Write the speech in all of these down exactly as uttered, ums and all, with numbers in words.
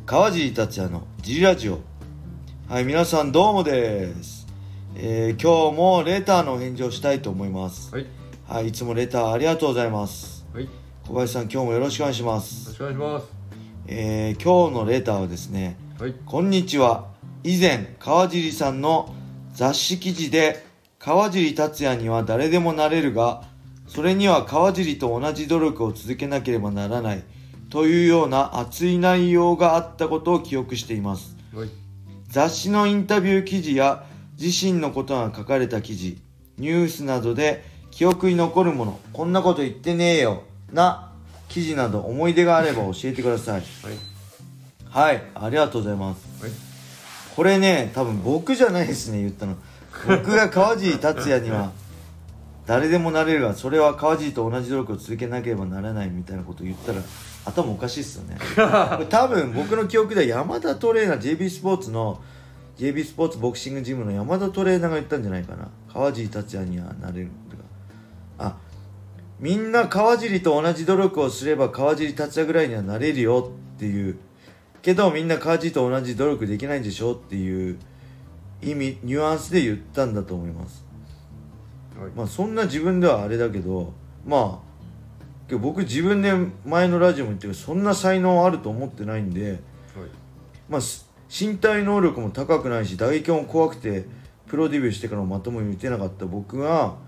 川尻達也のジリラジオ。はい、皆さんどうもです、えー、今日もレターの返事をしたいと思います。 はい、 はい、いつもレターありがとうございます。 はい、 小林さん、今日もよろしくお願いします。 よろしくお願いします。 えー、今日のレターはですね、 はい、 こんにちは。以前川尻さんの雑誌記事で川尻達也には誰でもなれるが、それには川尻と同じ努力を続けなければならないというような熱い内容があったことを記憶しています。 はい、 雑誌のインタビュー記事や自身のことが書かれた記事、ニュースなどで記憶に残るもの、こんなこと言ってねえよな記事など思い出があれば教えてください。はい、はい、ありがとうございます。 はい、 これね、多分僕じゃないですね、言ったの。僕が川尻達也には誰でもなれるが、それは川尻と同じ努力を続けなければならないみたいなことを言ったら頭おかしいっすよね。多分僕の記憶では山田トレーナー ジェービー スポーツの ジェービー スポーツボクシングジムの山田トレーナーが言ったんじゃないかな。川尻達也にはなれるとか、あ、みんな川尻と同じ努力をすれば川尻達也ぐらいにはなれるよっていうけど、みんな川尻と同じ努力できないんでしょっていう意味、ニュアンスで言ったんだと思います。はい、まあそんな自分ではあれだけど、まあ僕自分で前のラジオも言ってるけど、そんな才能あると思ってないんで、はい、まあ身体能力も高くないし、打撃も怖くてプロデビューしてからもまともに打てなかった僕が、はい、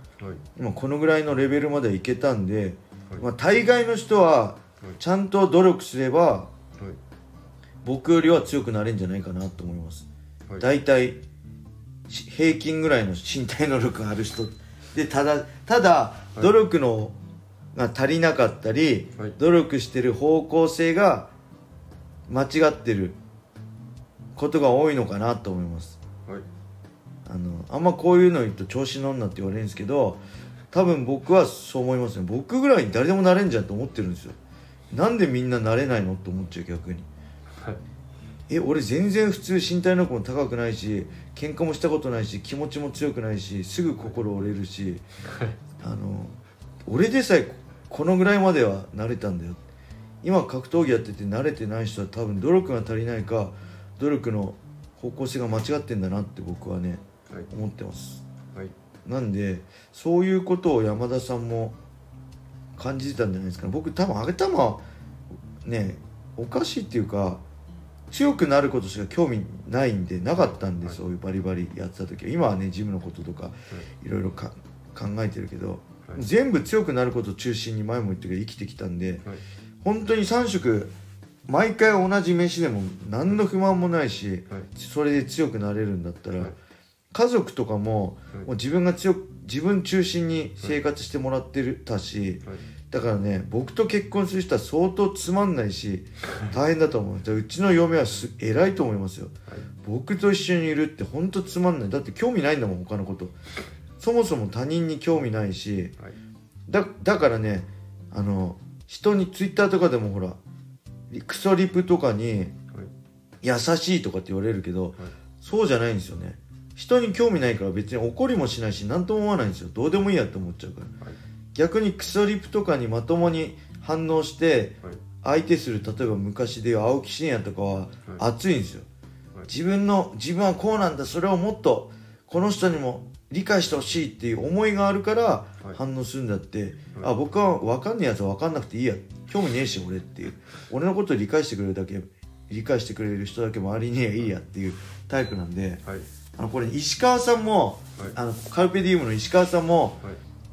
今このぐらいのレベルまではいけたんで、はい、まあ、大概の人はちゃんと努力すれば、はい、僕よりは強くなれるんじゃないかなと思います。はい、だいたい平均ぐらいの身体能力がある人で、ただただ努力のが足りなかったり、はい、努力してる方向性が間違ってることが多いのかなと思います。はい、あのあんまこういうの言うと調子乗んなって言われるんですけど、多分僕はそう思いますね。僕ぐらいに誰でもなれんじゃんと思ってるんですよ。なんでみんななれないのって思っちゃう、逆に。はい、え、俺全然普通身体能力も高くないし、喧嘩もしたことないし、気持ちも強くないし、すぐ心折れるし、はい、あの俺でさえこのぐらいまでは慣れたんだよ。今格闘技やってて慣れてない人は多分努力が足りないか、努力の方向性が間違ってんだなって僕はね、はい、思ってます。はい、なんでそういうことを山田さんも感じてたんじゃないですかね。僕多分頭ねおかしいっていうか、強くなることしか興味ないんでなかったんで、はい、そういうバリバリやってた時は。今はねジムのこととかいろいろ考えてるけど、はい、全部強くなることを中心に前も言ってるけど生きてきたんで、はい、本当にさん食毎回同じ飯でも何の不満もないし、はい、それで強くなれるんだったら、はい、家族とかも、はい、もう自分が強く自分中心に生活してもらってるたし、はい、だからね、僕と結婚する人は相当つまんないし大変だと思う。うちの嫁はす偉いと思いますよ。はい、僕と一緒にいるって本当つまんない。だって興味ないんだもん、他のこと。そもそも他人に興味ないし、はい、だ, だからね、あの人にツイッターとかでもほらクソリプとかに、はい、優しいとかって言われるけど、はい、そうじゃないんですよね。人に興味ないから別に怒りもしないし何とも思わないんですよ。どうでもいいやって思っちゃうから、はい、逆にクソリプとかにまともに反応して相手する、例えば昔でいう青木真也とかは熱いんですよ。はい、自分の自分はこうなんだ、それをもっとこの人にも理解してほしいっていう思いがあるから反応するんだって、はい、あ、僕は分かんないやつは分かんなくていいや、興味ねえし俺っていう、俺のことを理解してくれるだけ理解してくれる人だけ周りにはいいやっていうタイプなんで、はい、あのこれ石川さんも、はい、あのカルペディウムの石川さんも、はい、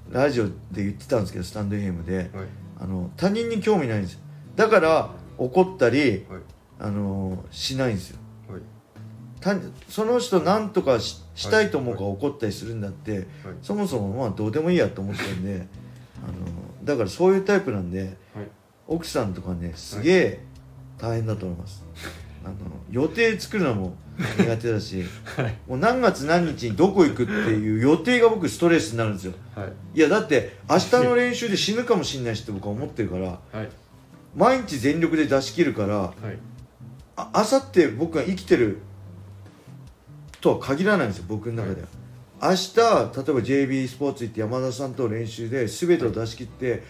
ラジオで言ってたんですけど、スタンド エフエム で、はい、あの他人に興味ないんですよ。だから怒ったり、はい、あのしないんですよ。その人何とか し, したいと思うから怒ったりするんだって、はいはい、そもそもまあどうでもいいやと思ってるんで、あのだからそういうタイプなんで、はい、奥さんとかねすげえ大変だと思います。あの予定作るのも苦手だし、はい、もう何月何日にどこ行くっていう予定が僕ストレスになるんですよ。はい、いやだって明日の練習で死ぬかもしれないしって僕は思ってるから、はい、毎日全力で出し切るから、はい、あ, あさって僕が生きてるとは限らないんですよ、僕の中では。はい、明日例えば ジェービー スポーツ行って山田さんと練習で全てを出し切って、はいはい、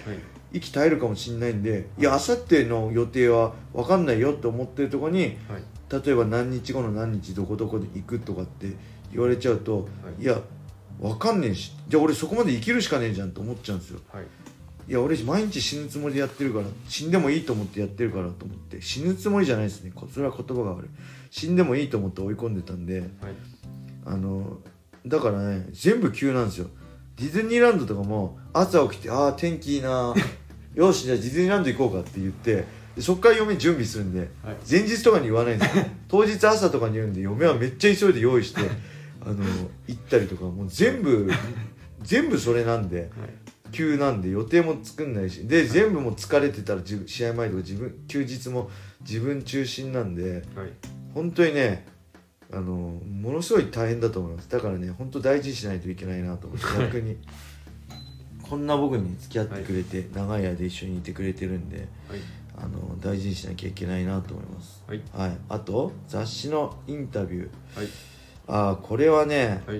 息絶えるかもしれないんで、いやあさっての予定は分かんないよって思ってるところに、はい、例えば何日後の何日どこどこで行くとかって言われちゃうと、はい、いや分かんねえし、じゃあ俺そこまで生きるしかねえじゃんと思っちゃうんですよ、はい、いや俺毎日死ぬつもりでやってるから、死んでもいいと思ってやってるからと思って、死ぬつもりじゃないですね、それは言葉が悪い、死んでもいいと思って追い込んでたんで、はい、あのだからね全部急なんですよ。ディズニーランドとかも朝起きて、ああ天気いいなよしじゃあディズニーランド行こうかって言って、そっから嫁準備するんで、はい、前日とかに言わないんですよ当日朝とかに言うんで、嫁はめっちゃ急いで用意してあの行ったりとか、もう全部全部それなんで、はい、急なんで予定も作んないし、で全部もう疲れてたら自分試合前とか自分休日も自分中心なんで、はい、本当にねあのものすごい大変だと思います。だからね本当大事にしないといけないなと思って、はい、逆にこんな僕に付き合ってくれて、はい、長い間一緒にいてくれてるんで、はい、あの大事にしなきゃいけないなと思います、はいはい、あと雑誌のインタビュー、はい、あこれはね、はい、うん、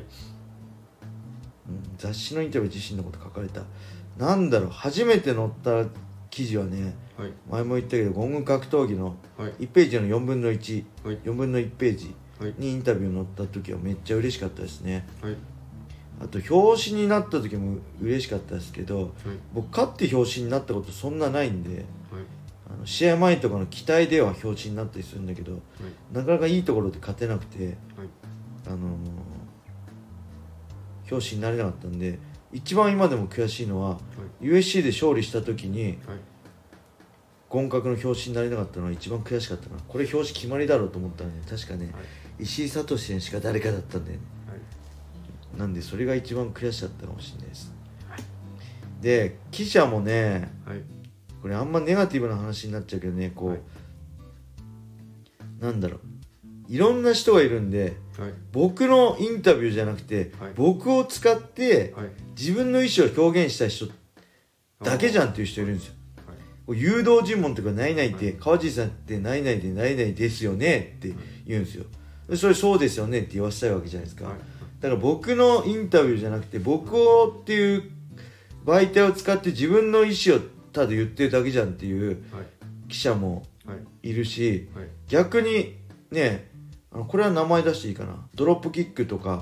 雑誌のインタビュー自身のこと書かれた、なんだろう、初めて載った記事はね、はい、前も言ったけどゴング格闘技のいちページのよんぶんのいち、はい、よんぶんのいちページにインタビュー載った時はめっちゃ嬉しかったですね、はい、あと表紙になった時も嬉しかったですけど、はい、僕勝って表紙になったことそんなないんで、はい、あの試合前とかの期待では表紙になったりするんだけど、はい、なかなかいいところで勝てなくて、はい、あのー、表紙になれなかったんで、一番今でも悔しいのは、はい、ユーエフシー で勝利した時に、はい、ゴン格の表紙になれなかったのは一番悔しかったな。これ表紙決まりだろうと思ったらね、確かね、はい、石井聡選手か誰かだったんだよね、はい、なんでそれが一番悔しかったかもしれないです、はい、で記者もね、はい、これあんまネガティブな話になっちゃうけどね、こう、はい、なんだろう、いろんな人がいるんで、はい、僕のインタビューじゃなくて、はい、僕を使って、はい、自分の意思を表現した人だけじゃんっていう人いるんですよ。誘導尋問とかないないって、はい、川尻さんってないないでないないですよねって言うんですよ。それそうですよねって言わせたいわけじゃないですか、はい、だから僕のインタビューじゃなくて、僕をっていう媒体を使って自分の意思をただ言ってるだけじゃんっていう記者もいるし、はいはい、逆にね、あのこれは名前出していいかな、ドロップキックとか、はい、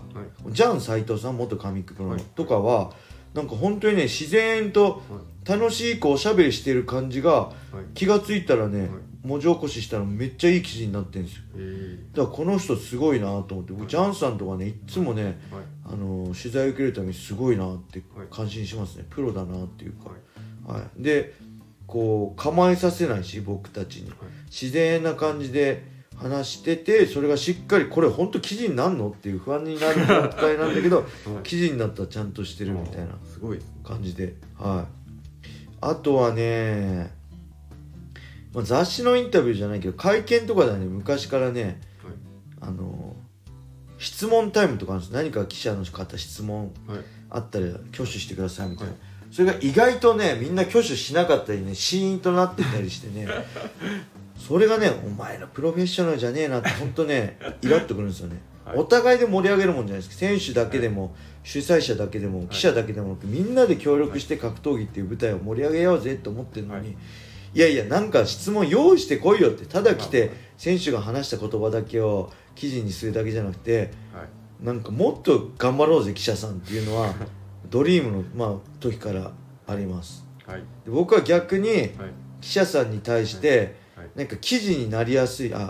ジャン斉藤さん元神プロのとかはなんか本当にね自然と楽しいこうおしゃべりしてる感じが、はい、気がついたらね、はい、文字起こししたらめっちゃいい記事になってるんですよ。だからこの人すごいなと思って、僕、はい、ジャンさんとかねいつもね、はい、あの取材を受けるためにすごいなって感心しますね、プロだなっていうか、はいはい、でこう構えさせないし僕たちに、はい、自然な感じで話してて、それがしっかりこれ本当記事になるのっていう不安になる状態なんだけど、はい、記事になったらちゃんとしてるみたいな感じで、はい。あとはね、まあ、雑誌のインタビューじゃないけど会見とかではね昔からね、はい、あの質問タイムとかあるんです。何か記者の方質問あったら挙手してくださいみたいな、はい、それが意外とねみんな挙手しなかったりねシーンとなってたりしてねそれがねお前らプロフェッショナルじゃねえなって本当ねイラッとくるんですよね、はい、お互いで盛り上げるもんじゃないですか。選手だけでも、はい、主催者だけでも記者だけでもなく、はい、みんなで協力して格闘技っていう舞台を盛り上げようぜと思ってるのに、はい、いやいやなんか質問用意してこいよって、ただ来て選手が話した言葉だけを記事にするだけじゃなくて、はい、なんかもっと頑張ろうぜ記者さんっていうのはドリームの、まあ、時からあります、はい、で僕は逆に、はい、記者さんに対して、はいなんか記事になりやすい、あ、はい、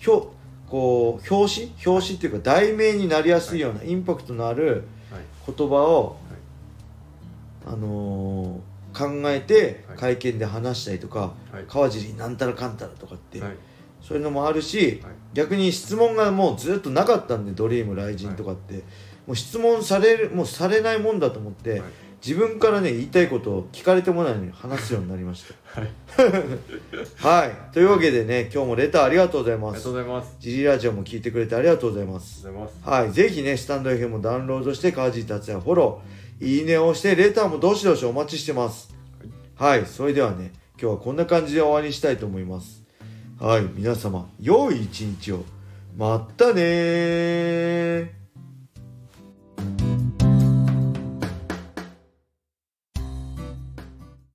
表こう表紙表紙っていうか題名になりやすいような、はい、インパクトのある言葉を、はい、あのー、考えて会見で話したりとか、はい、川尻なんたらかんたらとかって、はい、そういうのもあるし、はい、逆に質問がもうずっとなかったんでドリーム雷神とかって、はい、もう質問されるもうされないもんだと思って、はい自分からね言いたいことを聞かれてもないのに話すようになりましたはい、はい、というわけでね今日もレターありがとうございます。 ありがとうございます。 ジリラジオも聞いてくれてありがとうございます。はい、ぜひねスタンド エフエム もダウンロードして川尻達也フォローいいねを押してレターもどしどしお待ちしてます。はい、はい、それではね今日はこんな感じで終わりにしたいと思います。はい、皆様良い一日を。またねー。